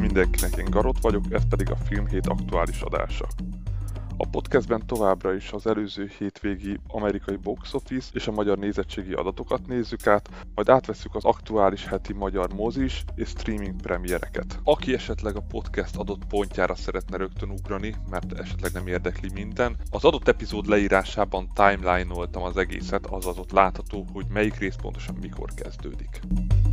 mindenkinek, én Garot vagyok, ez pedig a Filmhét aktuális adása. A podcastben továbbra is az előző hétvégi amerikai box office és a magyar nézettségi adatokat nézzük át, majd átvesszük az aktuális heti magyar mozis és streaming premiereket. Aki esetleg a podcast adott pontjára szeretne rögtön ugrani, mert esetleg nem érdekli minden, az adott epizód leírásában timeline-oltam az egészet, azaz ott látható, hogy melyik rész pontosan mikor kezdődik.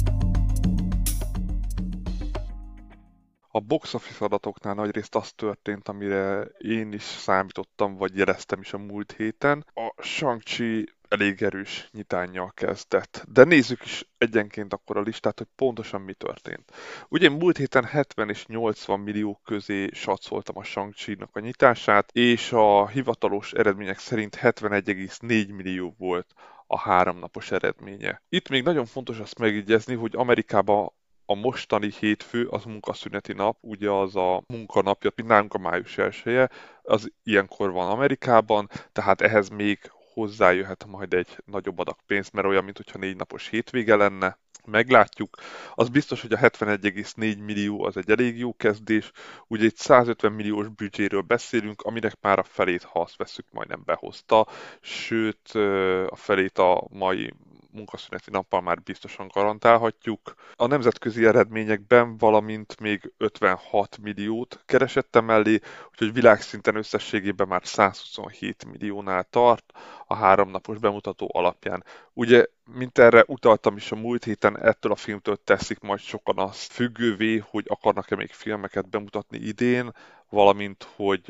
A box office adatoknál nagyrészt az történt, amire én is számítottam, vagy jeleztem is a múlt héten. A Shang-Chi elég erős nyitánnyal kezdett. De nézzük is egyenként akkor a listát, hogy pontosan mi történt. Ugye múlt héten 70 és 80 millió közé satszoltam a Shang-Chi-nak a nyitását, és a hivatalos eredmények szerint 71,4 millió volt a háromnapos eredménye. Itt még nagyon fontos azt megjegyezni, hogy Amerikában a mostani hétfő az munkaszüneti nap, ugye az a munkanapja, mint nálunk a május 1-e, az ilyenkor van Amerikában, tehát ehhez még hozzájöhet majd egy nagyobb adag pénz, mert olyan, mintha 4 napos hétvége lenne. Meglátjuk. Az biztos, hogy a 71,4 millió az egy elég jó kezdés. Ugye egy 150 milliós büdzséről beszélünk, aminek már a felét, ha azt veszük, majdnem behozta. Sőt, a felét a mai munkaszüneti nappal már biztosan garantálhatjuk. A nemzetközi eredményekben, valamint még 56 milliót keresett emellé, úgyhogy világszinten összességében már 127 milliónál tart a háromnapos bemutató alapján. Ugye, mint erre utaltam is a múlt héten, ettől a filmtől teszik majd sokan azt függővé, hogy akarnak-e még filmeket bemutatni idén, valamint hogy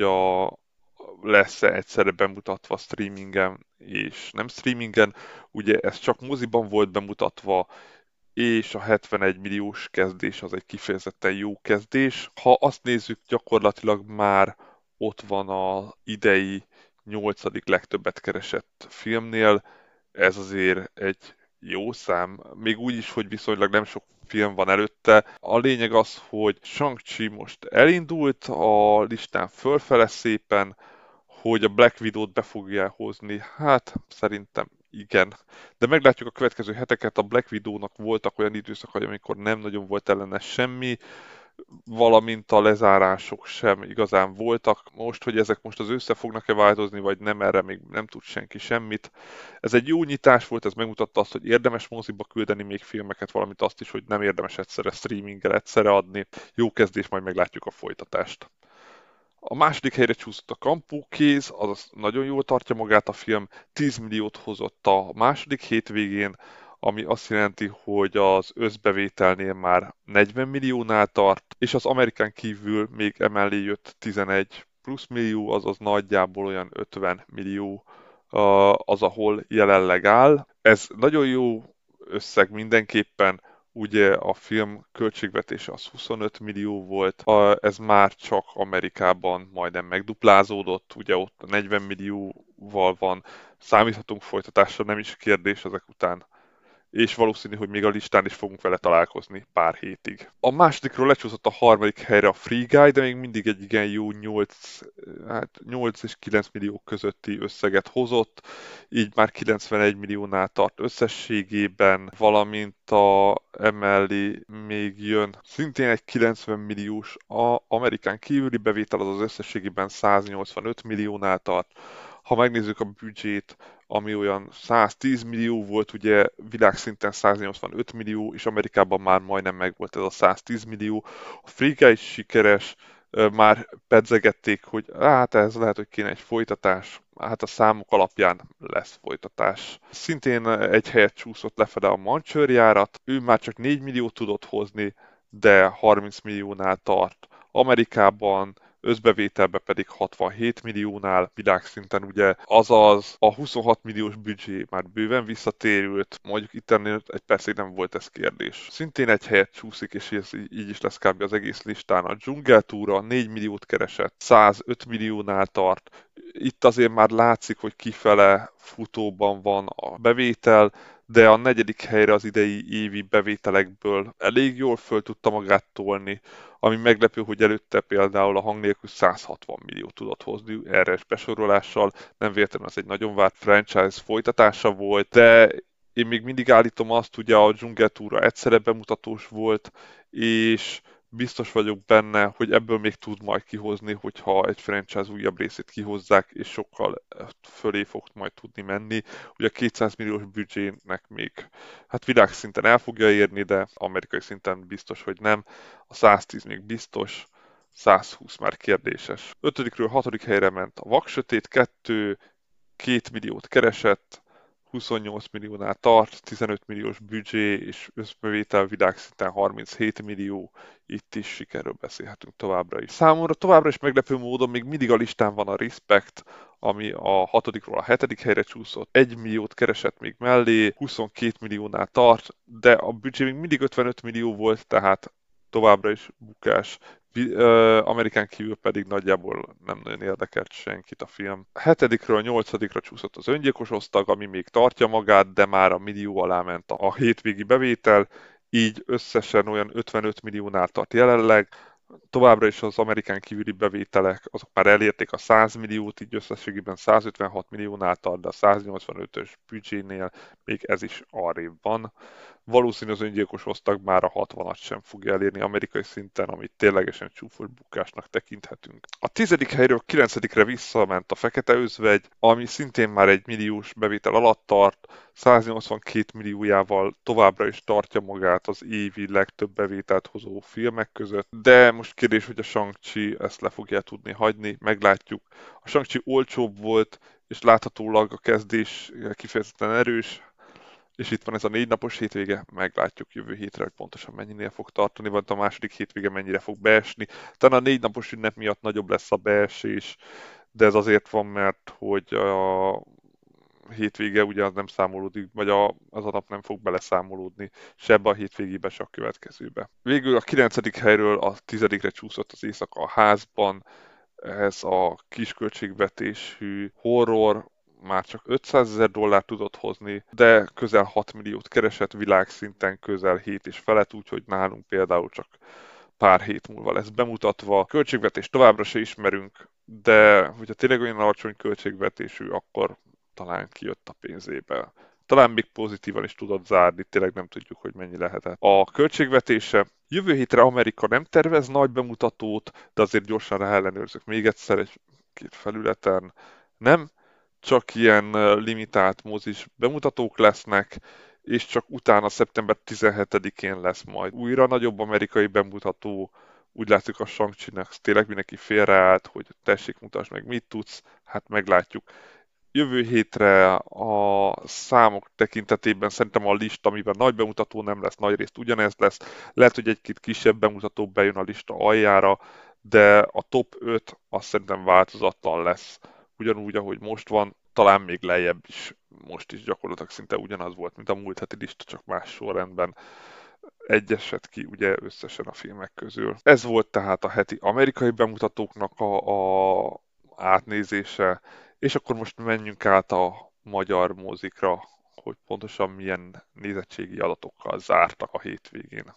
lesz-e egyszerre bemutatva streamingen és nem streamingen. Ugye ez csak moziban volt bemutatva, és a 71 milliós kezdés az egy kifejezetten jó kezdés. Ha azt nézzük, gyakorlatilag már ott van az idei 8. legtöbbet keresett filmnél. Ez azért egy jó szám, még úgy is, hogy viszonylag nem sok film van előtte. A lényeg az, hogy Shang-Chi most elindult a listán fölfele szépen, hogy a Black Widow-t be fogja hozni. Hát szerintem igen. De meglátjuk a következő heteket. A Black Widow-nak voltak olyan időszakai, amikor nem nagyon volt ellene semmi, valamint a lezárások sem igazán voltak. Most, hogy ezek most az össze fognak-e változni, vagy nem, erre még nem tud senki semmit. Ez egy jó nyitás volt, ez megmutatta azt, hogy érdemes moziba küldeni még filmeket, valamint azt is, hogy nem érdemes egyszerre streaminggel egyszerre adni. Jó kezdés, majd meglátjuk a folytatást. A második helyre csúszott a Kampókéz, azaz nagyon jól tartja magát a film, 10 milliót hozott a második hétvégén, ami azt jelenti, hogy az összbevételnél már 40 milliónál tart, és az Amerikán kívül még emellé jött 11 plusz millió, azaz nagyjából olyan 50 millió az, ahol jelenleg áll. Ez nagyon jó összeg mindenképpen. Ugye a film költségvetése az 25 millió volt, ez már csak Amerikában majdnem megduplázódott, ugye ott 40 millióval van, számíthatunk folytatásra, nem is kérdés ezek után, és valószínű, hogy még a listán is fogunk vele találkozni pár hétig. A másodikról lecsúszott a harmadik helyre a Free Guy, de még mindig egy igen jó 8 és 9 millió közötti összeget hozott, így már 91 milliónál tart összességében, valamint emellé még jön szintén egy 90 milliós Amerikán kívüli bevétel, az összességében 185 milliónál tart. Ha megnézzük a büdzsét, ami olyan 110 millió volt, ugye világszinten 185 millió, és Amerikában már majdnem megvolt ez a 110 millió. A Free Guy is sikeres, már pedzegették, hogy hát ez lehet, hogy kéne egy folytatás. Hát a számok alapján lesz folytatás. Szintén egy helyet csúszott lefele a Mancsőrjárat, ő már csak 4 milliót tudott hozni, de 30 milliónál tart. Amerikában összbevételbe pedig 67 milliónál világszinten, ugye, azaz a 26 milliós büdzsé már bőven visszatérült, mondjuk itt ennél egy percig nem volt ez kérdés. Szintén egy helyet csúszik, és ez így is lesz kb. Az egész listán. A Dzsungeltúra 4 milliót keresett, 105 milliónál tart. Itt azért már látszik, hogy kifele futóban van a bevétel, de a negyedik helyre az idei évi bevételekből elég jól föl tudta magát tolni, ami meglepő, hogy előtte például a Hang nélkül 160 milliót tudott hozni erre besorolással, nem véletlenül az egy nagyon várt franchise folytatása volt, de én még mindig állítom azt, ugye a Dzsungeltúra egyszerre bemutatós volt, és Biztos vagyok benne, hogy ebből még tud majd kihozni, hogyha egy franchise újabb részét kihozzák, és sokkal fölé fog majd tudni menni. Ugye a 200 milliós büdzsének még hát világszinten el fogja érni, de amerikai szinten biztos, hogy nem. A 110 még biztos, 120 már kérdéses. 5-ről 6. helyre ment a Vaksötét 2, 2 milliót keresett, 28 milliónál tart, 15 milliós büdzsé és összbevétel világszinten 37 millió, itt is sikerről beszélhetünk továbbra is. Számomra továbbra is meglepő módon még mindig a listán van a Respect, ami a 6-ról a 7. helyre csúszott, 1 milliót keresett még mellé, 22 milliónál tart, de a büdzsé még mindig 55 millió volt, tehát továbbra is bukás. Amerikán kívül pedig nagyjából nem nagyon érdekelt senkit a film. A 7-ről 8-ra csúszott az Öngyilkos Osztag, ami még tartja magát, de már a millió alá ment a hétvégi bevétel, így összesen olyan 55 milliónál tart jelenleg. Továbbra is az Amerikán kívüli bevételek, azok már elérték a 100 milliót, így összességében 156 milliónál tart, de a 185-ös büdzsénél még ez is arrébb van. Valószínű az Öngyilkos Osztag már a 60-at sem fogja elérni amerikai szinten, amit ténylegesen csúfolt bukásnak tekinthetünk. A 10. helyről 9-re visszament a Fekete Özvegy, ami szintén már egy milliós bevétel alatt tart, 182 milliójával továbbra is tartja magát az évi legtöbb bevételt hozó filmek között, de most kérdés, hogy a Shang-Chi ezt le fogja tudni hagyni, meglátjuk. A Shang-Chi olcsóbb volt, és láthatólag a kezdés kifejezetten erős, és itt van ez a 4 napos hétvége, meglátjuk jövő hétre, hogy pontosan mennyinél fog tartani, vagy a második hétvége mennyire fog beesni. Talán a 4 napos ünnep miatt nagyobb lesz a beesés, de ez azért van, mert hogy a hétvége ugye az nem számolódik, vagy az a nap nem fog beleszámolódni se ebbe a hétvégébe, se a következőbe. Végül a 9. helyről a 10-re csúszott az Éjszaka a házban, ez a kisköltségvetésű horror már csak 500 000 dollárt tudott hozni, de közel 6 milliót keresett világszinten, közel 7 és felett, úgyhogy nálunk például csak pár hét múlva lesz bemutatva. Költségvetést továbbra se ismerünk, de hogyha tényleg olyan alacsony költségvetésű, akkor talán kijött a pénzébe. Talán még pozitívan is tudott zárni, tényleg nem tudjuk, hogy mennyi lehetett. A költségvetése jövő hétre Amerika nem tervez nagy bemutatót, de azért gyorsan ráellenőrzök még egyszer egy-két felületen. Nem, csak ilyen limitált mozis bemutatók lesznek, és csak utána szeptember 17-én lesz majd újra nagyobb amerikai bemutató. Úgy látszik a Shang-Chi-nek tényleg mindenki félreállt, hogy tessék, mutasd meg, mit tudsz, hát meglátjuk. Jövő hétre a számok tekintetében szerintem a lista, amiben nagy bemutató nem lesz, nagy részt ugyanez lesz. Lehet, hogy egy-két kisebb bemutató bejön a lista aljára, de a top 5 azt szerintem változatlan lesz. Ugyanúgy, ahogy most van, talán még lejjebb is, most is gyakorlatilag szinte ugyanaz volt, mint a múlt heti lista, csak más sorrendben egyesett ki ugye összesen a filmek közül. Ez volt tehát a heti amerikai bemutatóknak a átnézése, és akkor most menjünk át a magyar mozikra, hogy pontosan milyen nézettségi adatokkal zártak a hétvégén.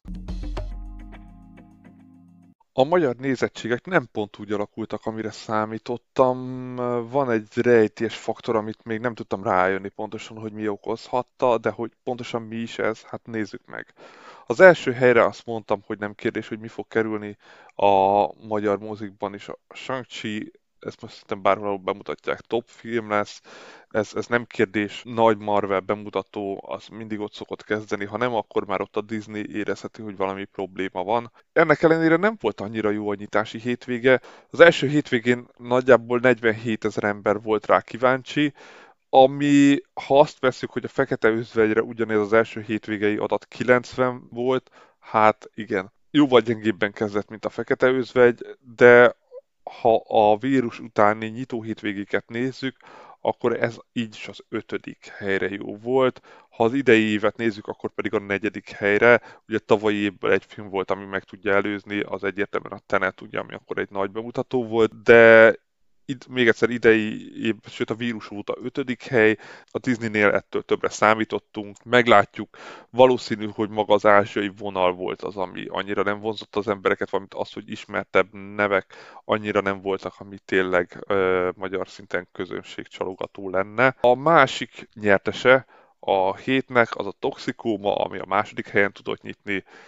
A magyar nézettségek nem pont úgy alakultak, amire számítottam. Van egy rejtélyes faktor, amit még nem tudtam rájönni pontosan, hogy mi okozhatta, de hogy pontosan mi is ez, hát nézzük meg. Az első helyre azt mondtam, hogy nem kérdés, hogy mi fog kerülni a magyar mozikban is. A Shang-Chi, ezt most szerintem bárhol bemutatják, top film lesz. Ez nem kérdés, nagy Marvel bemutató, az mindig ott szokott kezdeni, ha nem, akkor már ott a Disney érezheti, hogy valami probléma van. Ennek ellenére nem volt annyira jó a nyitási hétvége. Az első hétvégén nagyjából 47 000 ember volt rá kíváncsi, ami, ha azt veszük, hogy a Fekete Özvegyre ugyanez az első hétvégei adat 90 volt, hát igen, jóval gyengébben kezdett, mint a Fekete Özvegy, de ha a vírus utáni nyitó hétvégéket nézzük, akkor ez így is az 5. helyre jó volt. Ha az idei évet nézzük, akkor pedig a 4. helyre. Ugye tavalyi évből egy film volt, ami meg tudja előzni, az egyértelműen a Tenet, ugye, ami akkor egy nagy bemutató volt, de még egyszer idei év, sőt a vírus óta 5. hely, a Disneynél ettől többre számítottunk, meglátjuk, valószínű, hogy maga az ázsiai vonal volt az, ami annyira nem vonzott az embereket, valamint az, hogy ismertebb nevek annyira nem voltak, ami tényleg magyar szinten közönségcsalogató lenne. A másik nyertese a hétnek az a Toxikóma, ami a 2. helyen tudott nyitni,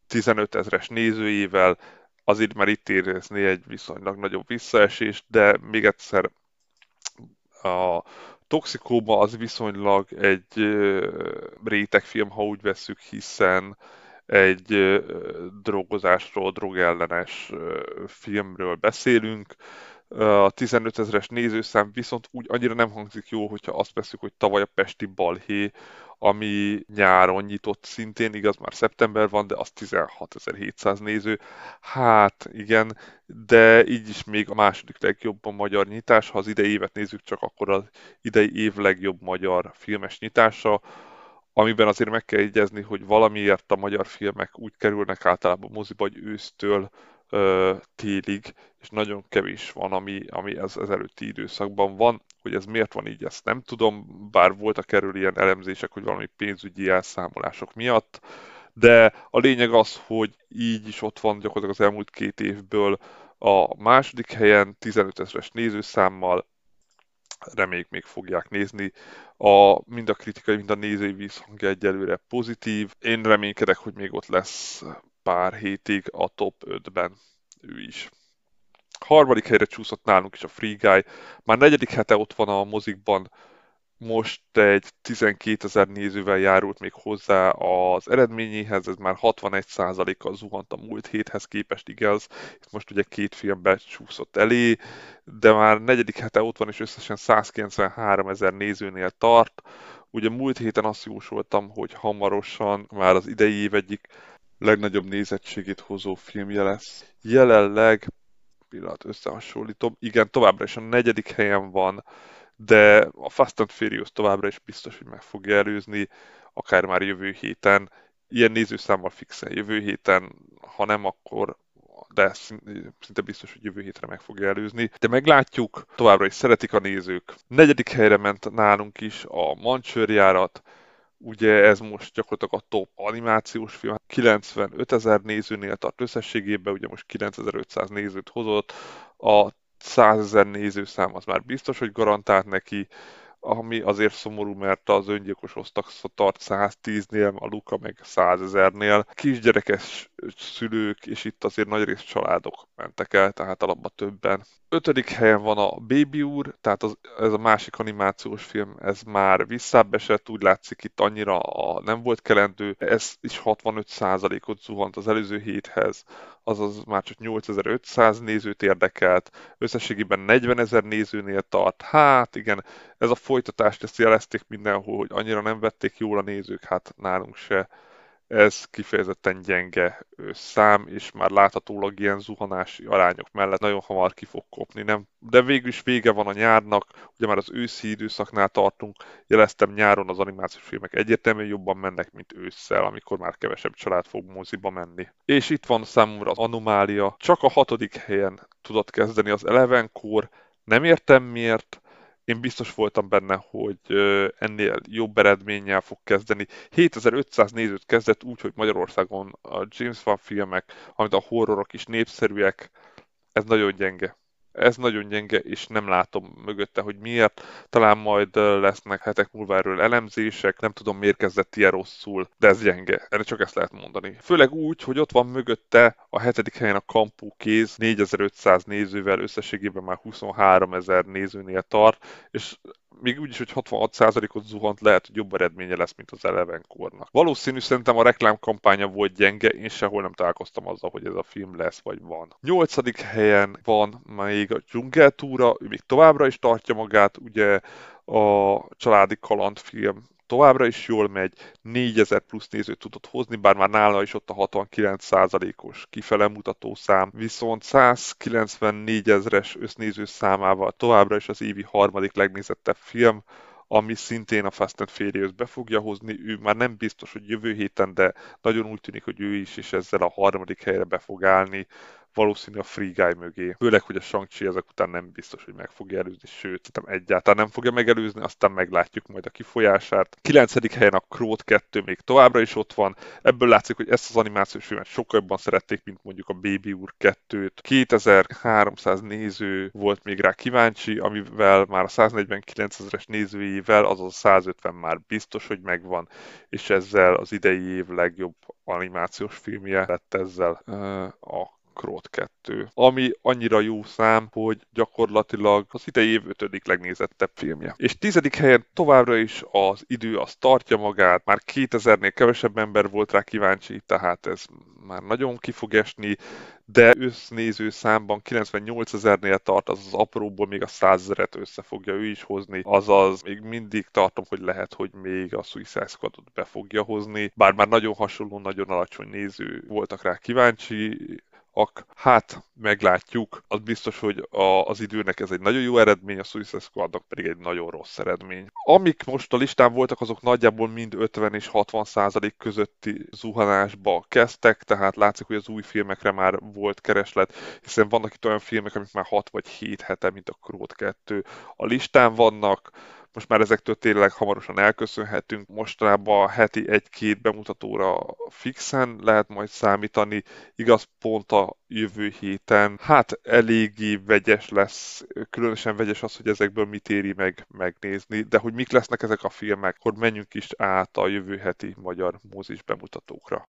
ezres nézőjével azért már itt érezni egy viszonylag nagyobb visszaesést, de még egyszer a Toxikóba az viszonylag egy rétegfilm, ha úgy vesszük, hiszen egy drogozásról, drogellenes filmről beszélünk. A 15 ezres nézőszám viszont úgy annyira nem hangzik jó, hogyha azt veszük, hogy tavaly a Pesti Balhé, ami nyáron nyitott szintén, igaz már szeptember van, de az 16.700 néző. Hát igen, de így is még a második legjobb a magyar nyitás. Ha az idei évet nézzük, csak akkor az idei év legjobb magyar filmes nyitása, amiben azért meg kell jegyezni, hogy valamiért a magyar filmek úgy kerülnek általában moziba, hogy ősztől télig, és nagyon kevés van, ami az előtti időszakban van. Hogy ez miért van így, ezt nem tudom, bár voltak erről ilyen elemzések, hogy valami pénzügyi elszámolások miatt, de a lényeg az, hogy így is ott van gyakorlatilag az elmúlt 2 évből a második helyen 15 ezres nézőszámmal, reméljük még fogják nézni. Mind a kritikai, mind a nézői visszhangja egyelőre pozitív. Én reménykedek, hogy még ott lesz pár hétig a top 5-ben ő is. Harmadik helyre csúszott nálunk is a Free Guy. Már negyedik hete ott van a mozikban, most egy 12 000 nézővel járult még hozzá az eredményéhez, ez már 61%-kal zuhant a múlt héthez képest, igaz, itt most ugye 2 filmbe csúszott elé, de már negyedik hete ott van, és összesen 193 000 nézőnél tart. Ugye múlt héten azt jósoltam, hogy hamarosan már az idei év egyik legnagyobb nézettségét hozó filmje lesz. Jelenleg, pillanat, összehasonlítom, igen, továbbra is a negyedik helyen van, de a Fast and Furious továbbra is biztos, hogy meg fogja előzni, akár már jövő héten. Ilyen nézőszámmal fixen jövő héten, ha nem, akkor de szinte biztos, hogy jövő hétre meg fogja előzni. De meglátjuk, továbbra is szeretik a nézők. Negyedik helyre ment nálunk is a Mancsőrjárat, ugye ez most gyakorlatilag a top animációs film, 95 000 nézőnél tart összességében, ugye most 9500 nézőt hozott, a 100 000 nézőszám az már biztos, hogy garantált neki, ami azért szomorú, mert az öngyilkos osztag tart 110-nél, a Luka meg 100 000-nél. Kisgyerekes szülők, és itt azért nagyrészt családok mentek el, tehát alapban többen. Ötödik helyen van a Baby úr, tehát ez a másik animációs film, ez már visszább esett, úgy látszik itt annyira nem volt kelendő, ez is 65%-ot zuhant az előző héthez, azaz már csak 8500 nézőt érdekelt, összességében 40 000 nézőnél tart. Hát igen, ez a folytatást, ezt jelezték mindenhol, hogy annyira nem vették jól a nézők, hát nálunk se. Ez kifejezetten gyenge szám, és már láthatólag ilyen zuhanási arányok mellett nagyon hamar ki fog kopni. Nem? De végül is vége van a nyárnak, ugye már az őszi időszaknál tartunk, jeleztem nyáron az animációs filmek egyértelműen jobban mennek, mint ősszel, amikor már kevesebb család fog moziba menni. És itt van számomra az anomália, csak a 6. helyen tudott kezdeni az Eleven Core, nem értem miért, én biztos voltam benne, hogy ennél jobb eredménnyel fog kezdeni. 7500 nézőt kezdett úgy, hogy Magyarországon a James Wan filmek, amit a horrorok is népszerűek, ez nagyon gyenge. Ez nagyon gyenge, és nem látom mögötte, hogy miért. Talán majd lesznek hetek múlva erről elemzések, nem tudom miért kezdett ilyen rosszul, de ez gyenge. Erre csak ezt lehet mondani. Főleg úgy, hogy ott van mögötte a 7. helyen a Kampó Kéz, 4500 nézővel, összességében már 23 000 nézőnél tart, és még úgyis, hogy 66%-ot zuhant, lehet, hogy jobb eredménye lesz, mint az Eleven Core-nak. Valószínű, szerintem a reklámkampánya volt gyenge, én sehol nem találkoztam azzal, hogy ez a film lesz, vagy van. 8. helyen van még a Dzsungeltúra, ő még továbbra is tartja magát, ugye a családi kalandfilm továbbra is jól megy, 4000 plusz nézőt tudott hozni, bár már nála is ott a 69%-os kifele mutató szám, viszont 194 000-es össznéző számával továbbra is az évi harmadik legnézettebb film, ami szintén a Fast and Furious be fogja hozni. Ő már nem biztos, hogy jövő héten, de nagyon úgy tűnik, hogy ő is, és ezzel a 3. helyre be fog állni. valószínű a Free Guy mögé. Főleg, hogy a Shang-Chi ezek után nem biztos, hogy meg fogja előzni, sőt, szerintem egyáltalán nem fogja megelőzni, aztán meglátjuk majd a kifolyását. 9. helyen a Krót 2 még továbbra is ott van. Ebből látszik, hogy ezt az animációs filmet sokkal jobban szerették, mint mondjuk a Baby úr 2-t. 2300 néző volt még rá kíváncsi, amivel már a 149 ezeres nézőjével, azaz a 150 már biztos, hogy megvan, és ezzel az idei év legjobb animációs filmje lett ezzel a Krót 2, ami annyira jó szám, hogy gyakorlatilag az idei év 5. legnézettebb filmje. És 10. helyen továbbra is az idő az tartja magát, már 2000-nél kevesebb ember volt rá kíváncsi, tehát ez már nagyon ki fog esni, de össznéző számban 98 ezernél tart, azaz apróból még a 100 000-et össze fogja ő is hozni, azaz még mindig tartom, hogy lehet, hogy még a Suicide Squadot be fogja hozni, bár már nagyon hasonló, nagyon alacsony néző voltak rá kíváncsi, hát meglátjuk. Az biztos, hogy az időnek ez egy nagyon jó eredmény, a Suicide Squadnak pedig egy nagyon rossz eredmény. Amik most a listán voltak, azok nagyjából mind 50 és 60% közötti zuhanásba kezdtek, tehát látszik, hogy az új filmekre már volt kereslet, hiszen vannak itt olyan filmek, amik már 6 vagy 7 hete, mint a Krót 2. A listán vannak, most már ezektől tényleg hamarosan elköszönhetünk. Mostanában heti 1-2 bemutatóra fixen lehet majd számítani. Igaz, pont a jövő héten. Hát eléggé vegyes lesz, különösen vegyes az, hogy ezekből mit éri meg megnézni, de hogy mik lesznek ezek a filmek, akkor menjünk is át a jövő heti magyar mozis bemutatókra.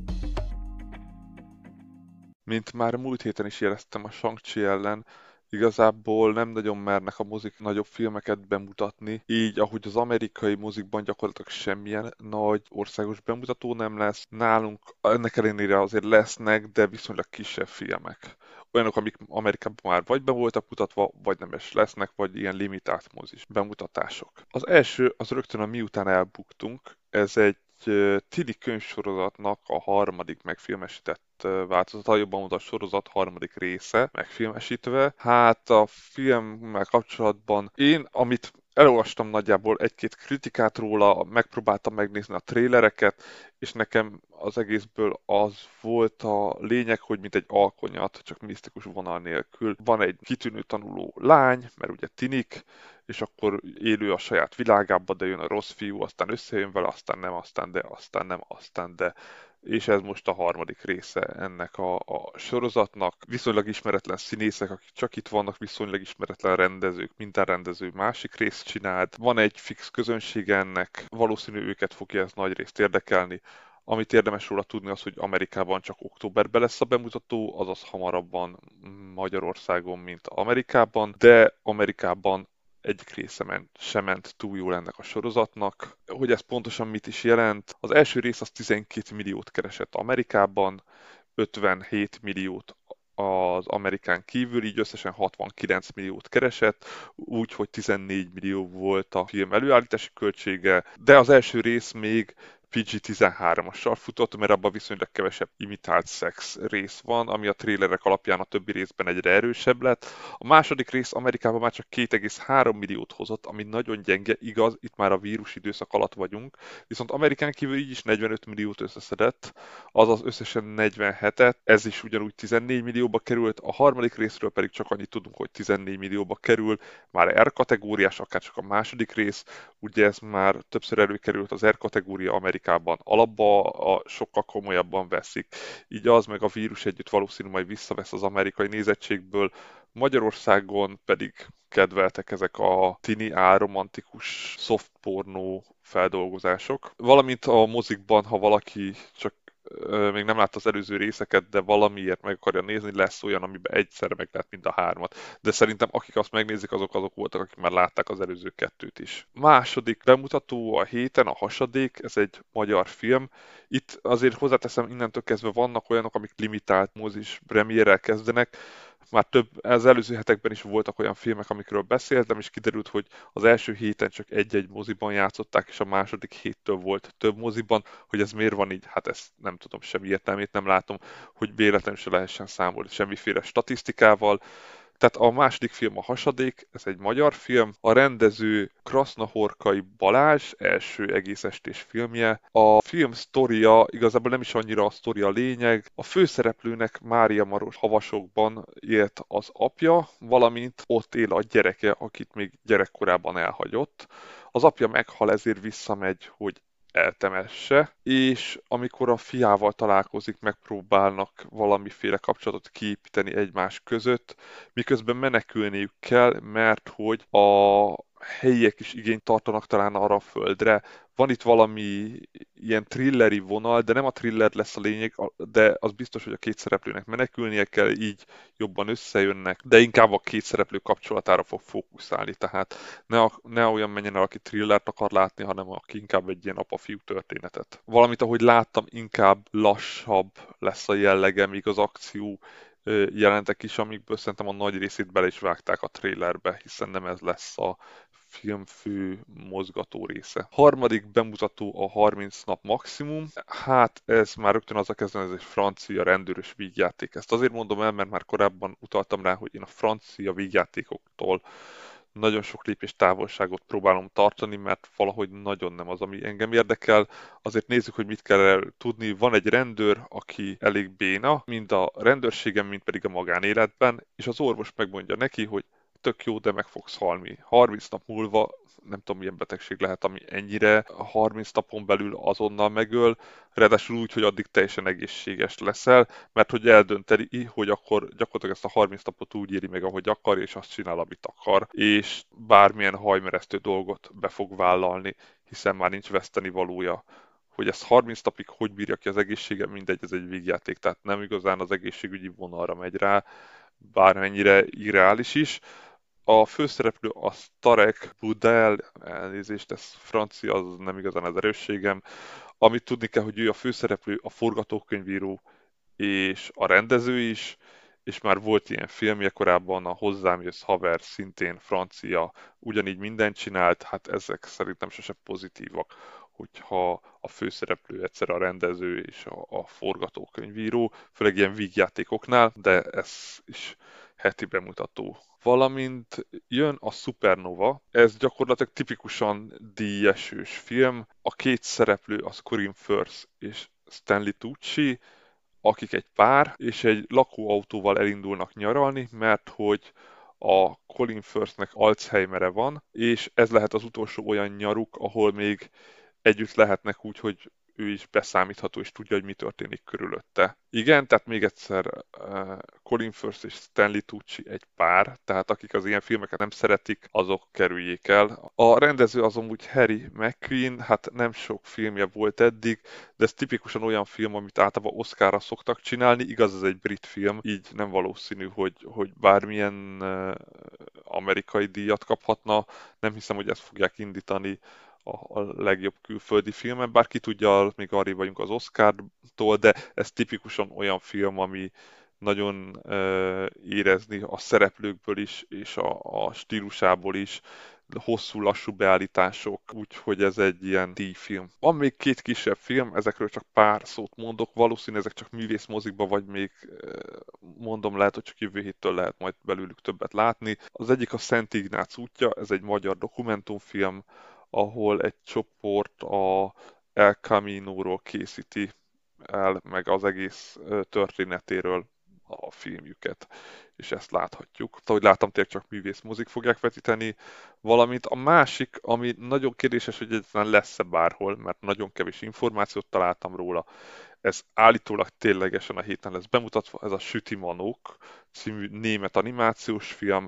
Mint már múlt héten is jeleztem a Shang-Chi ellen, igazából nem nagyon mernek a mozik nagyobb filmeket bemutatni, így ahogy az amerikai mozikban gyakorlatilag semmilyen nagy országos bemutató nem lesz, nálunk ennek ellenére azért lesznek, de viszonylag kisebb filmek. Olyanok, amik Amerikában már vagy be voltak mutatva, vagy nem is lesznek, vagy ilyen limitált mozis bemutatások. Az első, az rögtön a Miután elbuktunk, ez egy Tili könyvsorozatnak a harmadik megfilmesített változata, jobban mondva a sorozat harmadik része megfilmesítve. Hát a filmmel kapcsolatban amit elolvastam nagyjából egy-két kritikát róla, megpróbáltam megnézni a trélereket, és nekem az egészből az volt a lényeg, hogy mint egy alkonyat, csak misztikus vonal nélkül. Van egy kitűnő tanuló lány, mert ugye tinik, és akkor élő a saját világában, de jön a rossz fiú, aztán összejön vele, aztán nem, aztán de, aztán nem, aztán de. És ez most a harmadik része ennek a sorozatnak. Viszonylag ismeretlen színészek, akik csak itt vannak, viszonylag ismeretlen rendezők, minden rendező másik részt csinált. Van egy fix közönsége ennek, valószínű őket fogja ez nagy részt érdekelni. Amit érdemes róla tudni az, hogy Amerikában csak októberben lesz a bemutató, azaz hamarabban Magyarországon, mint Amerikában, de Amerikában egyik része sem ment túl jól ennek a sorozatnak. Hogy ez pontosan mit is jelent? Az első rész az 12 milliót keresett Amerikában, 57 milliót az Amerikán kívül, így összesen 69 milliót keresett, úgyhogy 14 millió volt a film előállítási költsége, de az első rész még PG-13-assal futott, mert abban viszonylag kevesebb imitált szex rész van, ami a trélerek alapján a többi részben egyre erősebb lett. A második rész Amerikában már csak 2,3 milliót hozott, ami nagyon gyenge, igaz, itt már a vírus időszak alatt vagyunk, viszont Amerikán kívül így is 45 milliót összeszedett, azaz összesen 47-et, ez is ugyanúgy 14 millióba került, a harmadik részről pedig csak annyit tudunk, hogy 14 millióba kerül, már R kategóriás, akár csak a második rész, ugye ez már többször előkerült, az R kategória Amerikában alapba sokkal komolyabban veszik, így az meg a vírus együtt valószínű majd visszavesz az amerikai nézettségből, Magyarországon pedig kedveltek ezek a tini álromantikus soft pornó feldolgozások. Valamint a mozikban, ha valaki csak még nem látta az előző részeket, de valamiért meg akarja nézni, lesz olyan, amiben egyszerre meg lehet mind a hármat. De szerintem akik azt megnézik, azok voltak, akik már látták az előző kettőt is. Második bemutató a héten, a Hasadék, ez egy magyar film. Itt azért hozzáteszem, innentől kezdve vannak olyanok, amik limitált mozis premiérrel kezdenek, már az előző hetekben is voltak olyan filmek, amikről beszéltem, és kiderült, hogy az első héten csak egy-egy moziban játszották, és a második héttől volt több moziban, hogy ez miért van így, hát ezt nem tudom, semmi értelmét nem látom, hogy véletlenül se lehessen számolni semmiféle statisztikával. Tehát a második film a Hasadék, ez egy magyar film, a rendező Krasznahorkai Balázs, első egész estés filmje. A film sztoria, igazából nem is annyira a sztoria a lényeg, a főszereplőnek Mária Maros Havasokban élt az apja, valamint ott él a gyereke, akit még gyerekkorában elhagyott. Az apja meghal, ezért visszamegy, hogy eltemesse, és amikor a fiával találkozik, megpróbálnak valamiféle kapcsolatot kiépíteni egymás között, miközben menekülniük kell, mert hogy a helyiek is igényt tartanak talán arra a földre. Van itt valami ilyen thrilleri vonal, de nem a thriller lesz a lényeg, de az biztos, hogy a két szereplőnek menekülnie kell, így jobban összejönnek, de inkább a két szereplő kapcsolatára fog fókuszálni, tehát ne olyan menjen el, aki thrillert akar látni, hanem aki inkább egy ilyen apa-fiú történetet. Valamint, ahogy láttam, inkább lassabb lesz a jellege, míg az akció jelentek is, amikből szerintem a nagy részét bele is vágták a trailerbe, hiszen nem ez lesz a film fő mozgató része. Harmadik bemutató a 30 nap maximum. Hát ez már rögtön az a kezden, ez egy francia rendőrös vígjáték. Ezt azért mondom el, mert már korábban utaltam rá, hogy én a francia vígjátékoktól nagyon sok lépés távolságot próbálom tartani, mert valahogy nagyon nem az, ami engem érdekel. Azért nézzük, hogy mit kell tudni. Van egy rendőr, aki elég béna, mind a rendőrségen, mind pedig a magánéletben, és az orvos megmondja neki, hogy tök jó, de meg fogsz halni. 30 nap múlva, nem tudom milyen betegség lehet, ami ennyire 30 napon belül azonnal megöl, ráadásul úgy, hogy addig teljesen egészséges leszel, mert hogy eldönteni, hogy akkor gyakorlatilag ezt a 30 napot úgy éri meg, ahogy akar, és azt csinál, amit akar, és bármilyen hajmeresztő dolgot be fog vállalni, hiszen már nincs veszteni valója. Hogy ezt 30 napig hogy bírja ki az egészsége, mindegy, ez egy végjáték, tehát nem igazán az egészségügyi vonalra megy rá, bármennyire irreális is. A főszereplő a Tarek Boudel, elnézést, ez francia, az nem igazán az erősségem. Amit tudni kell, hogy ő a főszereplő, a forgatókönyvíró és a rendező is, és már volt ilyen filmje korábban, a Hozzám jössz haver, szintén francia, ugyanígy mindent csinált, hát ezek szerintem sose pozitívak, hogyha a főszereplő egyszer a rendező és a forgatókönyvíró, főleg ilyen vígjátékoknál, de ez is heti bemutató. Valamint jön a Supernova, ez gyakorlatilag tipikusan díjesős film. A két szereplő az Colin Firth és Stanley Tucci, akik egy pár, és egy lakóautóval elindulnak nyaralni, mert hogy a Colin Firthnek Alzheimere van, és ez lehet az utolsó olyan nyaruk, ahol még együtt lehetnek úgy, hogy ő is beszámítható, és tudja, hogy mi történik körülötte. Igen, tehát még egyszer Colin Firth és Stanley Tucci egy pár, tehát akik az ilyen filmeket nem szeretik, azok kerüljék el. A rendező azon úgy Harry McQueen, hát nem sok filmje volt eddig, de ez tipikusan olyan film, amit általában Oscarra szoktak csinálni, igaz, ez egy brit film, így nem valószínű, hogy bármilyen amerikai díjat kaphatna, nem hiszem, hogy ezt fogják indítani a legjobb külföldi filmen, bár ki tudja, még arrébb vagyunk az Oscar-tól, de ez tipikusan olyan film, ami nagyon érezni a szereplőkből is, és a stílusából is, hosszú, lassú beállítások, úgyhogy ez egy ilyen díjfilm. Van még két kisebb film, ezekről csak pár szót mondok, valószínűleg ezek csak művészmozikba, vagy még mondom, lehet, hogy csak jövő héttől lehet majd belőlük többet látni. Az egyik a Szent Ignác útja, ez egy magyar dokumentumfilm, ahol egy csoport a El Camino-ról készíti el, meg az egész történetéről a filmjüket, és ezt láthatjuk. Ahogy láttam, tényleg csak művész mozik fogják vetíteni, valamint a másik, ami nagyon kérdéses, hogy egyáltalán lesz-e bárhol, mert nagyon kevés információt találtam róla, ez állítólag ténylegesen a héten lesz bemutatva, ez a Süti Manók című német animációs film.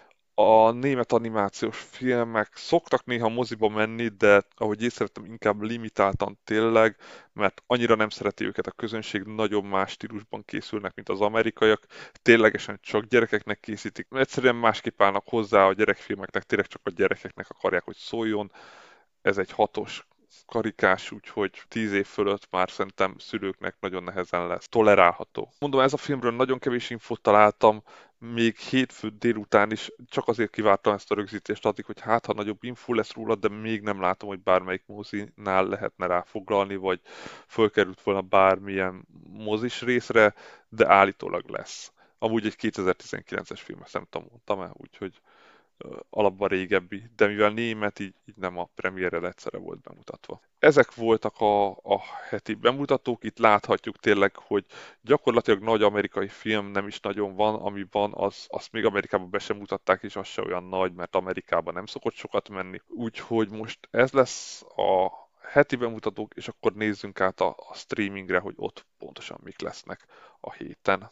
A német animációs filmek szoktak néha moziba menni, de ahogy észrevettem, inkább limitáltan tényleg, mert annyira nem szereti őket a közönség, nagyon más stílusban készülnek, mint az amerikaiak. Ténylegesen csak gyerekeknek készítik. Egyszerűen másképp állnak hozzá a gyerekfilmeknek, tényleg csak a gyerekeknek akarják, hogy szóljon. Ez egy hatos karikás, úgyhogy 10 év fölött már szerintem szülőknek nagyon nehezen lesz tolerálható. Mondom, ez a filmről nagyon kevés infót találtam, még hétfő délután is csak azért kivártam ezt a rögzítést addig, hogy hát ha nagyobb info lesz róla, de még nem látom, hogy bármelyik mozinál lehetne rá foglalni, vagy fölkerült volna bármilyen mozis részre, de állítólag lesz. Amúgy egy 2019-es film, ezt nem tudom, mondtam-e, úgyhogy alapban régebbi, de mivel német, így nem a premierrel egyszerre volt bemutatva. Ezek voltak a heti bemutatók, itt láthatjuk tényleg, hogy gyakorlatilag nagy amerikai film nem is nagyon van, ami van, azt még Amerikában be sem mutatták, és az se olyan nagy, mert Amerikában nem szokott sokat menni. Úgyhogy most ez lesz a heti bemutatók, és akkor nézzünk át a streamingre, hogy ott pontosan mik lesznek a héten.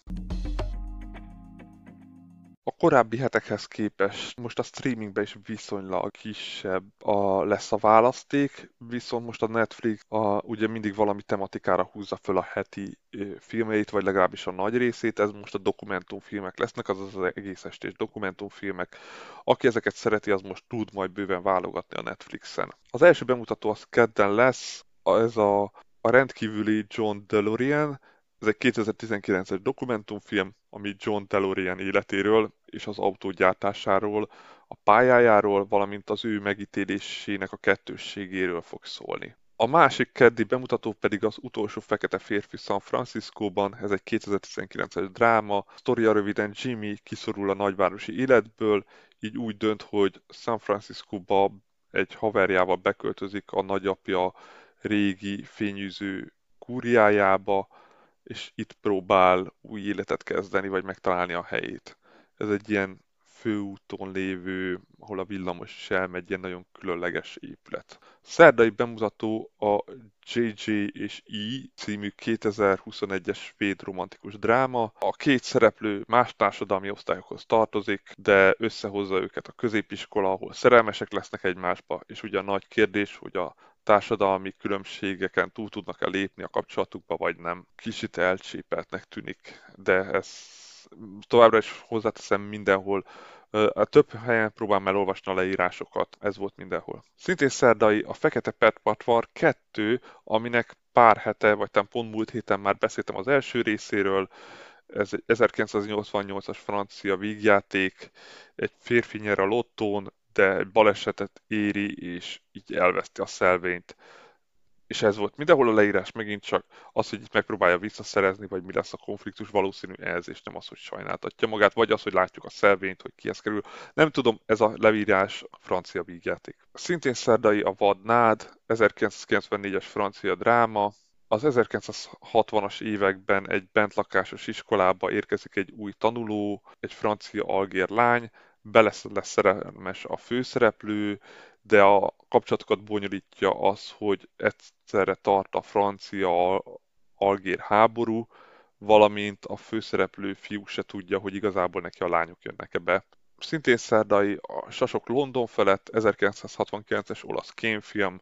A korábbi hetekhez képest most a streamingben is viszonylag kisebb lesz a választék, viszont most a Netflix ugye mindig valami tematikára húzza föl a heti filmeit, vagy legalábbis a nagy részét, ez most a dokumentumfilmek lesznek, azaz az egész estés dokumentumfilmek. Aki ezeket szereti, az most tud majd bőven válogatni a Netflixen. Az első bemutató az kedden lesz, ez a rendkívüli John DeLorean. Ez egy 2019-es dokumentumfilm, ami John DeLorean életéről és az autógyártásáról, a pályájáról, valamint az ő megítélésének a kettősségéről fog szólni. A másik keddi bemutató pedig az utolsó fekete férfi San Franciscóban, ez egy 2019-es dráma, sztoria röviden Jimmy kiszorul a nagyvárosi életből, így úgy dönt, hogy San Franciscóba egy haverjával beköltözik a nagyapja régi fényűző kúriájába, és itt próbál új életet kezdeni, vagy megtalálni a helyét. Ez egy ilyen főúton lévő, ahol a villamos is elmegy, ilyen nagyon különleges épület. Szerdai bemutató a JJ és E című 2021-es svéd romantikus dráma. A két szereplő más társadalmi osztályokhoz tartozik, de összehozza őket a középiskola, ahol szerelmesek lesznek egymásba, és ugye a nagy kérdés, hogy a társadalmi különbségeken túl tudnak-e lépni a kapcsolatukba, vagy nem. Kicsit elcsépeltnek tűnik, de ez továbbra is hozzáteszem mindenhol. A több helyen próbálom elolvasni a leírásokat, ez volt mindenhol. Szintén szerdai a Fekete Patvar 2, aminek pár hete, vagy talán pont múlt héten már beszéltem az első részéről. Ez egy 1988-as francia vígjáték, egy férfi nyer a lottón, de egy balesetet éri, és így elveszti a szelvényt. És ez volt mindenhol a leírás, megint csak az, hogy itt megpróbálja visszaszerezni, vagy mi lesz a konfliktus, valószínű ez, és nem az, hogy sajnáltatja magát, vagy az, hogy látjuk a szelvényt, hogy kihez kerül. Nem tudom, ez a leírás a francia vígjáték. Szintén szerdai a Vadnád, 1994-es francia dráma. Az 1960-as években egy bentlakásos iskolába érkezik egy új tanuló, egy francia algér lány, lesz szerelmes a főszereplő, de a kapcsolatokat bonyolítja az, hogy egyszerre tart a francia-algér háború, valamint a főszereplő fiú se tudja, hogy igazából neki a lányok jönnek-e be. Szintén szerdai a Sasok London felett, 1969-es olasz kémfilm.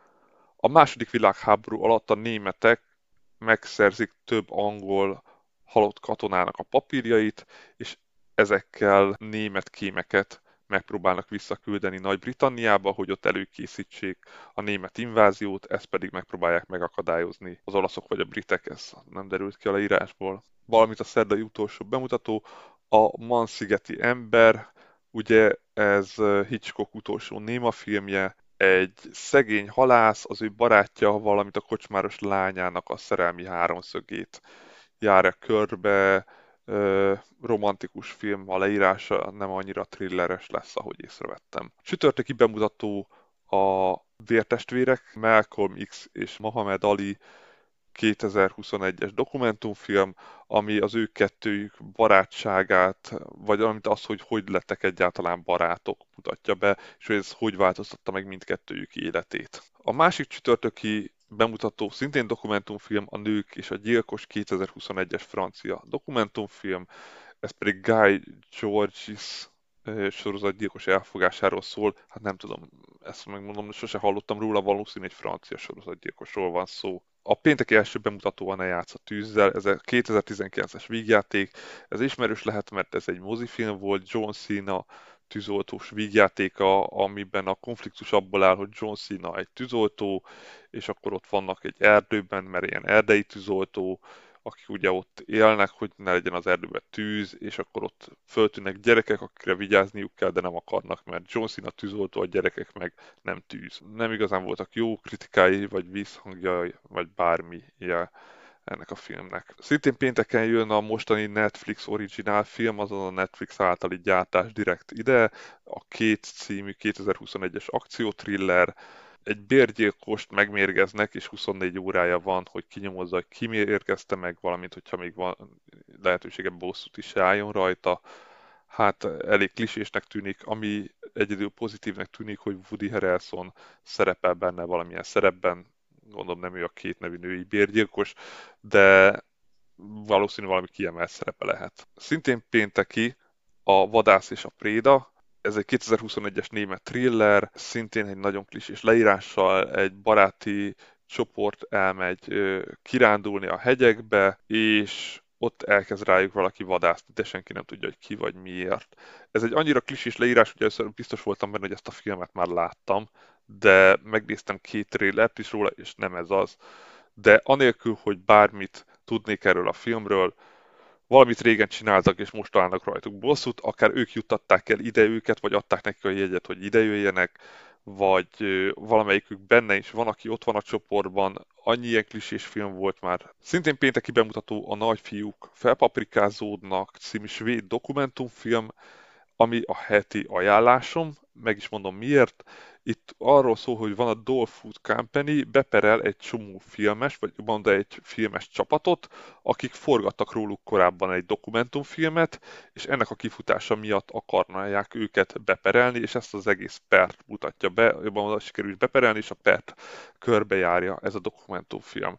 A második világháború alatt a németek megszerzik több angol halott katonának a papírjait, és ezekkel német kémeket megpróbálnak visszaküldeni Nagy-Britanniába, hogy ott előkészítsék a német inváziót, ezt pedig megpróbálják megakadályozni az olaszok vagy a britek, ez nem derült ki a leírásból. Valamint a szerdai utolsó bemutató, a Man-szigeti ember, ugye ez Hitchcock utolsó néma filmje, egy szegény halász, az ő barátja, valamint a kocsmáros lányának a szerelmi háromszögét járja körbe, romantikus film, a leírása nem annyira thrilleres lesz, ahogy észrevettem. Csütörtöki bemutató a Vértestvérek, Malcolm X és Mohamed Ali 2021-es dokumentumfilm, ami az ő kettőjük barátságát, vagy valamint az, hogy hogy lettek egyáltalán barátok mutatja be, és hogy ez hogy változtatta meg mindkettőjük életét. A másik csütörtöki bemutató szintén dokumentumfilm, a Nők és a Gyilkos 2021-es francia dokumentumfilm, ez pedig Guy Georges sorozatgyilkos elfogásáról szól. Hát nem tudom, ezt megmondom, sose hallottam róla, valószínű egy francia sorozatgyilkosról van szó. A pénteki első bemutató a Ne játsz a tűzzel, ez a 2019-es vígjáték, ez ismerős lehet, mert ez egy mozifilm volt, John Cena tűzoltós vígjátéka, amiben a konfliktus abból áll, hogy John Cena egy tűzoltó, és akkor ott vannak egy erdőben, mert ilyen erdei tűzoltó, akik ugye ott élnek, hogy ne legyen az erdőben tűz, és akkor ott föltűnnek gyerekek, akikre vigyázniuk kell, de nem akarnak, mert John Cena tűzoltó, a gyerekek meg nem tűz. Nem igazán voltak jó kritikái, vagy visszhangjai, vagy bármi ilyen ennek a filmnek. Szintén pénteken jön a mostani Netflix originál film, azon a Netflix általi gyártás direkt ide, a Két című 2021-es akciótriller. Egy bérgyilkost megmérgeznek, és 24 órája van, hogy kinyomozza, hogy ki mérgezte meg, valamint hogyha még van lehetősége bosszút is álljon rajta. Hát elég klisésnek tűnik, ami egyedül pozitívnek tűnik, hogy Woody Harrelson szerepel benne valamilyen szerepben, gondolom nem ő a két nevű női bérgyilkos, de valószínű valami kiemelt szerepe lehet. Szintén pénteki a Vadász és a Préda, ez egy 2021-es német thriller, szintén egy nagyon klisés leírással, egy baráti csoport elmegy kirándulni a hegyekbe, és ott elkezd rájuk valaki vadászni, de senki nem tudja, hogy ki vagy miért. Ez egy annyira klisés leírás, hogy először biztos voltam benne, hogy ezt a filmet már láttam, de megnéztem két trailert is róla, és nem ez az. De anélkül, hogy bármit tudnék erről a filmről, valamit régen csináltak, és most találnak rajtuk bosszút, akár ők juttatták el ide őket, vagy adták neki a jegyet, hogy ide jöjjenek, vagy valamelyikük benne is van, aki ott van a csoportban. Annyi ilyen klisés film volt már. Szintén pénteki bemutató a Nagyfiúk felpaprikázódnak című svéd dokumentumfilm, ami a heti ajánlásom, meg is mondom miért. Itt arról szól, hogy van a Dole Food Company, beperel egy csomó filmes, vagy mondja egy filmes csapatot, akik forgattak róluk korábban egy dokumentumfilmet, és ennek a kifutása miatt akarnálják őket beperelni, és ezt az egész pert mutatja be, jobban oda sikerül beperelni, és a pert körbejárja ez a dokumentumfilm.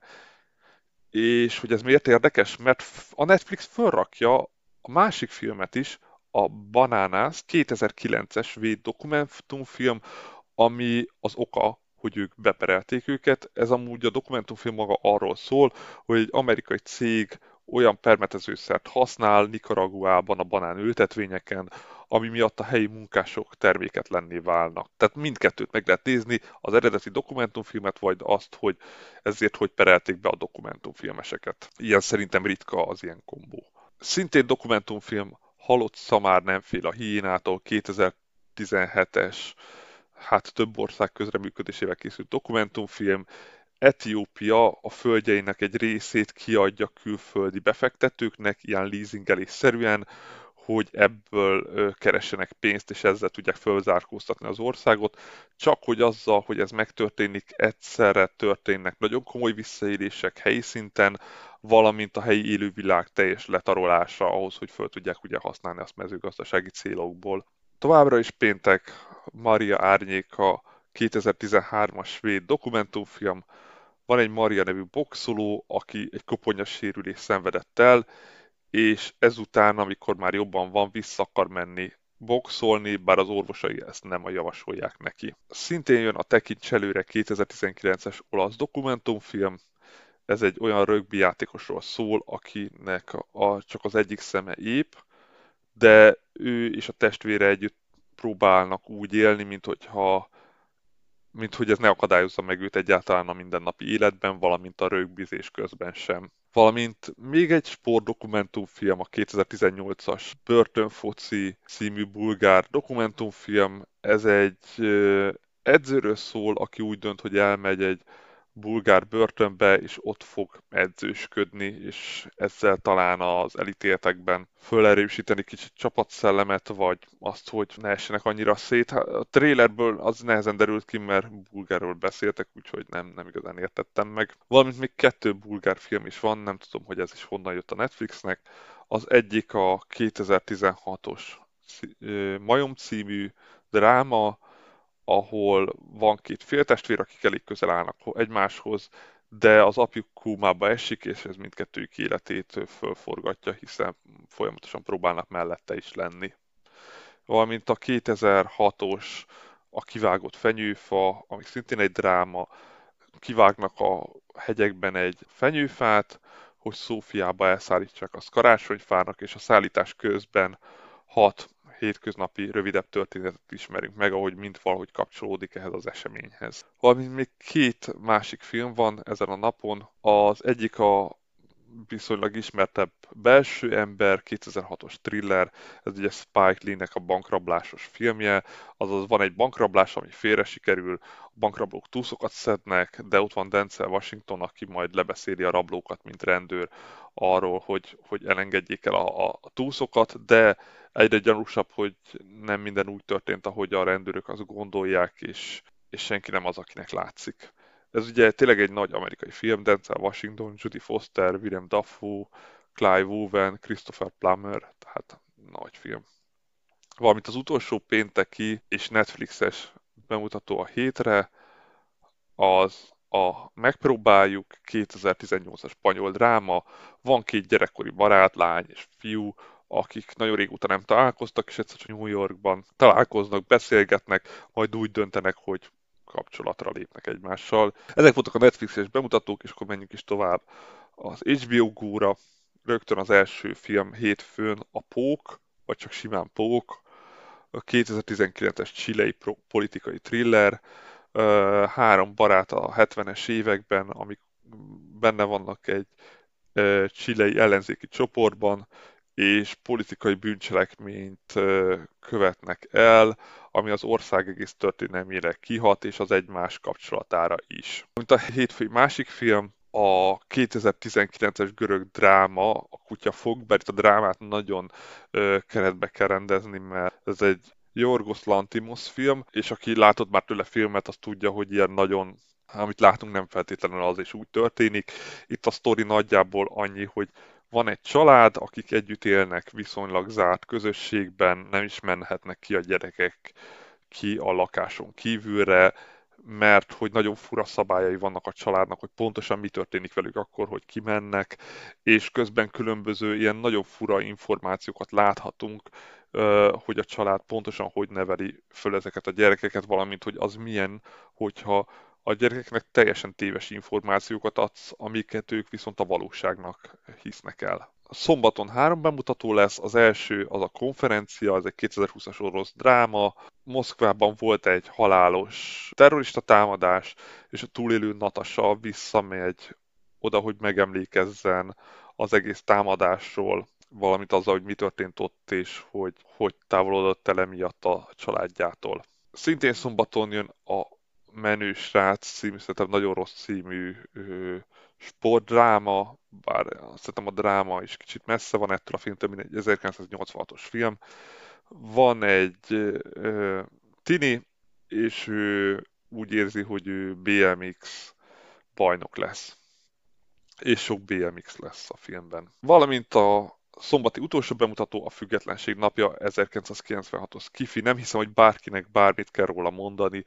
És hogy ez miért érdekes? Mert a Netflix fölrakja a másik filmet is, a Bananas 2009-es svéd dokumentumfilm, ami az oka, hogy ők beperelték őket. Ez amúgy a dokumentumfilm maga arról szól, hogy egy amerikai cég olyan permetezőszert használ Nicaraguában a banán ültetvényeken, ami miatt a helyi munkások terméketlenné válnak. Tehát mindkettőt meg lehet nézni, az eredeti dokumentumfilmet, vagy azt, hogy ezért hogy perelték be a dokumentumfilmeseket. Ilyen szerintem ritka az ilyen kombó. Szintén dokumentumfilm, Halott szamár nem fél a hiénától, 2017-es, hát több ország közreműködésével készült dokumentumfilm. Etiópia a földjeinek egy részét kiadja külföldi befektetőknek, ilyen leasingelésszerűen, hogy ebből keressenek pénzt, és ezzel tudják fölzárkóztatni az országot. Csak hogy azzal, hogy ez megtörténik, egyszerre történnek nagyon komoly visszaélések helyi szinten, valamint a helyi élővilág teljes letarolása ahhoz, hogy föl tudják ugye használni azt mezőgazdasági célokból. Továbbra is péntek, Maria Árnyéka 2013-as svéd dokumentumfilm. Van egy Maria nevű boxoló, aki egy koponyas sérülést szenvedett el, és ezután, amikor már jobban van, vissza akar menni boxolni, bár az orvosai ezt nem javasolják neki. Szintén jön a Tekints előre 2019-es olasz dokumentumfilm. Ez egy olyan rögbi játékosról szól, akinek csak az egyik szeme ép, de ő és a testvére együtt próbálnak úgy élni, mint hogy ez ne akadályozza meg őt egyáltalán a mindennapi életben, valamint a rögbizés közben sem. Valamint még egy sportdokumentumfilm, a 2018-as Börtönfoci című bulgár dokumentumfilm. Ez egy edzőről szól, aki úgy dönt, hogy elmegy egy bulgár börtönbe, és ott fog edzősködni, és ezzel talán az elítéltekben fölerősíteni kicsit csapatszellemet, vagy azt, hogy ne essenek annyira szét. A trailerből az nehezen derült ki, mert bulgárról beszéltek, úgyhogy nem igazán értettem meg. Valamint még kettő bulgár film is van, nem tudom, hogy ez is honnan jött a Netflixnek. Az egyik a 2016-os Majom című dráma, ahol van két féltestvér, akik elég közel állnak egymáshoz, de az apjuk kómába esik, és ez mindkettőjük életét fölforgatja, hiszen folyamatosan próbálnak mellette is lenni. Valamint a 2006-os A kivágott fenyőfa, ami szintén egy dráma, kivágnak a hegyekben egy fenyőfát, hogy Szófiába elszállítsák azt karácsonyfának, és a szállítás közben 6 hétköznapi, rövidebb történetet ismerünk meg, ahogy mind valahogy kapcsolódik ehhez az eseményhez. Valamint még két másik film van ezen a napon. Az egyik a viszonylag ismertebb belső ember, 2006-os thriller, ez ugye Spike Lee-nek a bankrablásos filmje, azaz van egy bankrablás, ami félre sikerül, a bankrablók túszokat szednek, de ott van Denzel Washington, aki majd lebeszéli a rablókat, mint rendőr arról, hogy elengedjék el a túszokat, de egyre gyanúsabb, hogy nem minden úgy történt, ahogy a rendőrök azt gondolják, és senki nem az, akinek látszik. Ez ugye tényleg egy nagy amerikai film, Denzel Washington, Judy Foster, Willem Dafoe, Clive Owen, Christopher Plummer, tehát nagy film. Valamint az utolsó pénteki és Netflixes bemutató a hétre, az a Megpróbáljuk 2018-as spanyol dráma. Van két gyerekkori barát, lány és fiú, akik nagyon régóta nem találkoztak, és egyszer csak New Yorkban találkoznak, beszélgetnek, majd úgy döntenek, hogy kapcsolatra lépnek egymással. Ezek voltak a Netflixes bemutatók, és akkor menjünk is tovább az HBO Go-ra. Rögtön az első film hétfőn a Pók, vagy csak simán Pók, a 2019-es chilei politikai thriller, három barát a 70-es években, amik benne vannak egy chilei ellenzéki csoportban, és politikai bűncselekményt követnek el, ami az ország egész történelmére kihat, és az egymás kapcsolatára is. Mint a hétfői másik film, a 2019-es görög dráma, a Kutya fog, bár itt a drámát nagyon keretbe kell rendezni, mert ez egy Yorgos Lanthimos film, és aki látott már tőle filmet, az tudja, hogy ilyen nagyon, amit látunk, nem feltétlenül az is úgy történik. Itt a sztori nagyjából annyi, hogy van egy család, akik együtt élnek viszonylag zárt közösségben, nem is menhetnek ki a gyerekek ki a lakáson kívülre, mert hogy nagyon fura szabályai vannak a családnak, hogy pontosan mi történik velük akkor, hogy kimennek, és közben különböző ilyen nagyon fura információkat láthatunk, hogy a család pontosan hogy neveli föl ezeket a gyerekeket, valamint hogy az milyen, hogyha a gyerekeknek teljesen téves információkat adsz, amiket ők viszont a valóságnak hisznek el. Szombaton három bemutató lesz, az első az a konferencia, ez egy 2020-as orosz dráma. Moszkvában volt egy halálos terrorista támadás, és a túlélő Natasha visszamegy oda, hogy megemlékezzen az egész támadásról, valamint azzal, hogy mi történt ott, és hogy távolodott el emiatt a családjától. Szintén szombaton jön a Menő srác című, szerintem nagyon rossz című sportdráma, bár szerintem a dráma is kicsit messze van ettől a filmtől, mint egy 1986-os film. Van egy tini, és ő úgy érzi, hogy ő BMX bajnok lesz. És sok BMX lesz a filmben. Valamint a szombati utolsó bemutató, a Függetlenség napja, 1996-os Kifi. Nem hiszem, hogy bárkinek bármit kell róla mondani.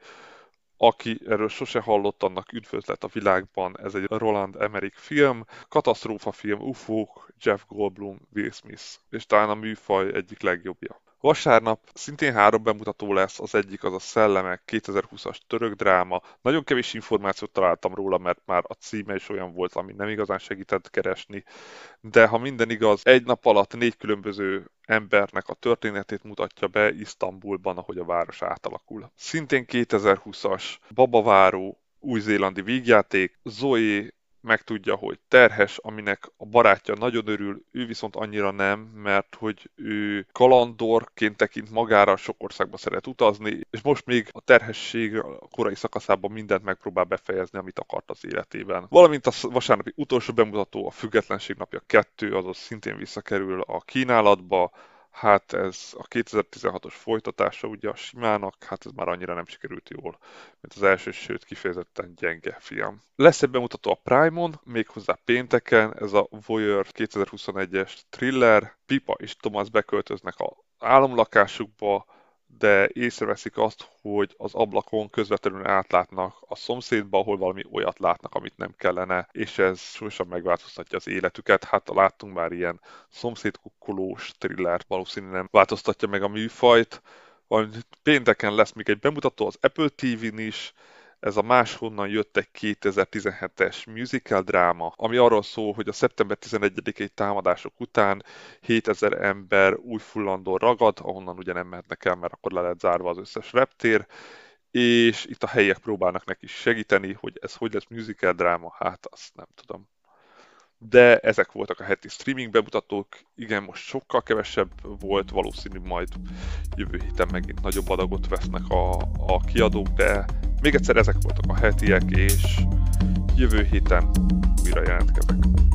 Aki erről sose hallott, annak üdvözlet a világban. Ez egy Roland Emmerich film, katasztrófa film, UFO-k, Jeff Goldblum, Will Smith, és talán a műfaj egyik legjobbja. Vasárnap szintén három bemutató lesz, az egyik az a Szellemek 2020-as török dráma. Nagyon kevés információt találtam róla, mert már a címe is olyan volt, ami nem igazán segített keresni. De ha minden igaz, egy nap alatt négy különböző embernek a történetét mutatja be Isztambulban, ahogy a város átalakul. Szintén 2020-as babaváró új-zélandi vígjáték, Zoe megtudja, hogy terhes, aminek a barátja nagyon örül, ő viszont annyira nem, mert hogy ő kalandorként tekint magára, sok országba szeret utazni, és most még a terhesség a korai szakaszában mindent megpróbál befejezni, amit akart az életében. Valamint a vasárnapi utolsó bemutató, a Függetlenség napja 2, azaz szintén visszakerül a kínálatba. Hát ez a 2016-os folytatása ugye a simának, hát ez már annyira nem sikerült jól, mint az első, sőt kifejezetten gyenge film. Lesz egy bemutató a Prime-on, méghozzá pénteken, ez a Voyeur 2021-es thriller. Pipa és Thomas beköltöznek a álomlakásukba, de észreveszik azt, hogy az ablakon közvetlenül átlátnak a szomszédba, ahol valami olyat látnak, amit nem kellene, és ez súlyosan megváltoztatja az életüket. Hát láttunk már ilyen szomszédkukkolós thrillert, valószínűleg nem változtatja meg a műfajt. Valamint pénteken lesz még egy bemutató az Apple TV-n is, ez a Máshonnan jött egy 2017-es musical dráma, ami arról szól, hogy a szeptember 11-i támadások után 7000 ember Új-Fullandon ragad, ahonnan ugye nem mehetnek el, mert akkor le lett zárva az összes reptér, és itt a helyiek próbálnak neki segíteni, hogy ez hogy lesz musical dráma, hát azt nem tudom. de ezek voltak a heti streaming bemutatók. Igen, most sokkal kevesebb volt, valószínű majd jövő héten megint nagyobb adagot vesznek a kiadók, de még egyszer ezek voltak a hetiek, és jövő héten újra jelentkezek.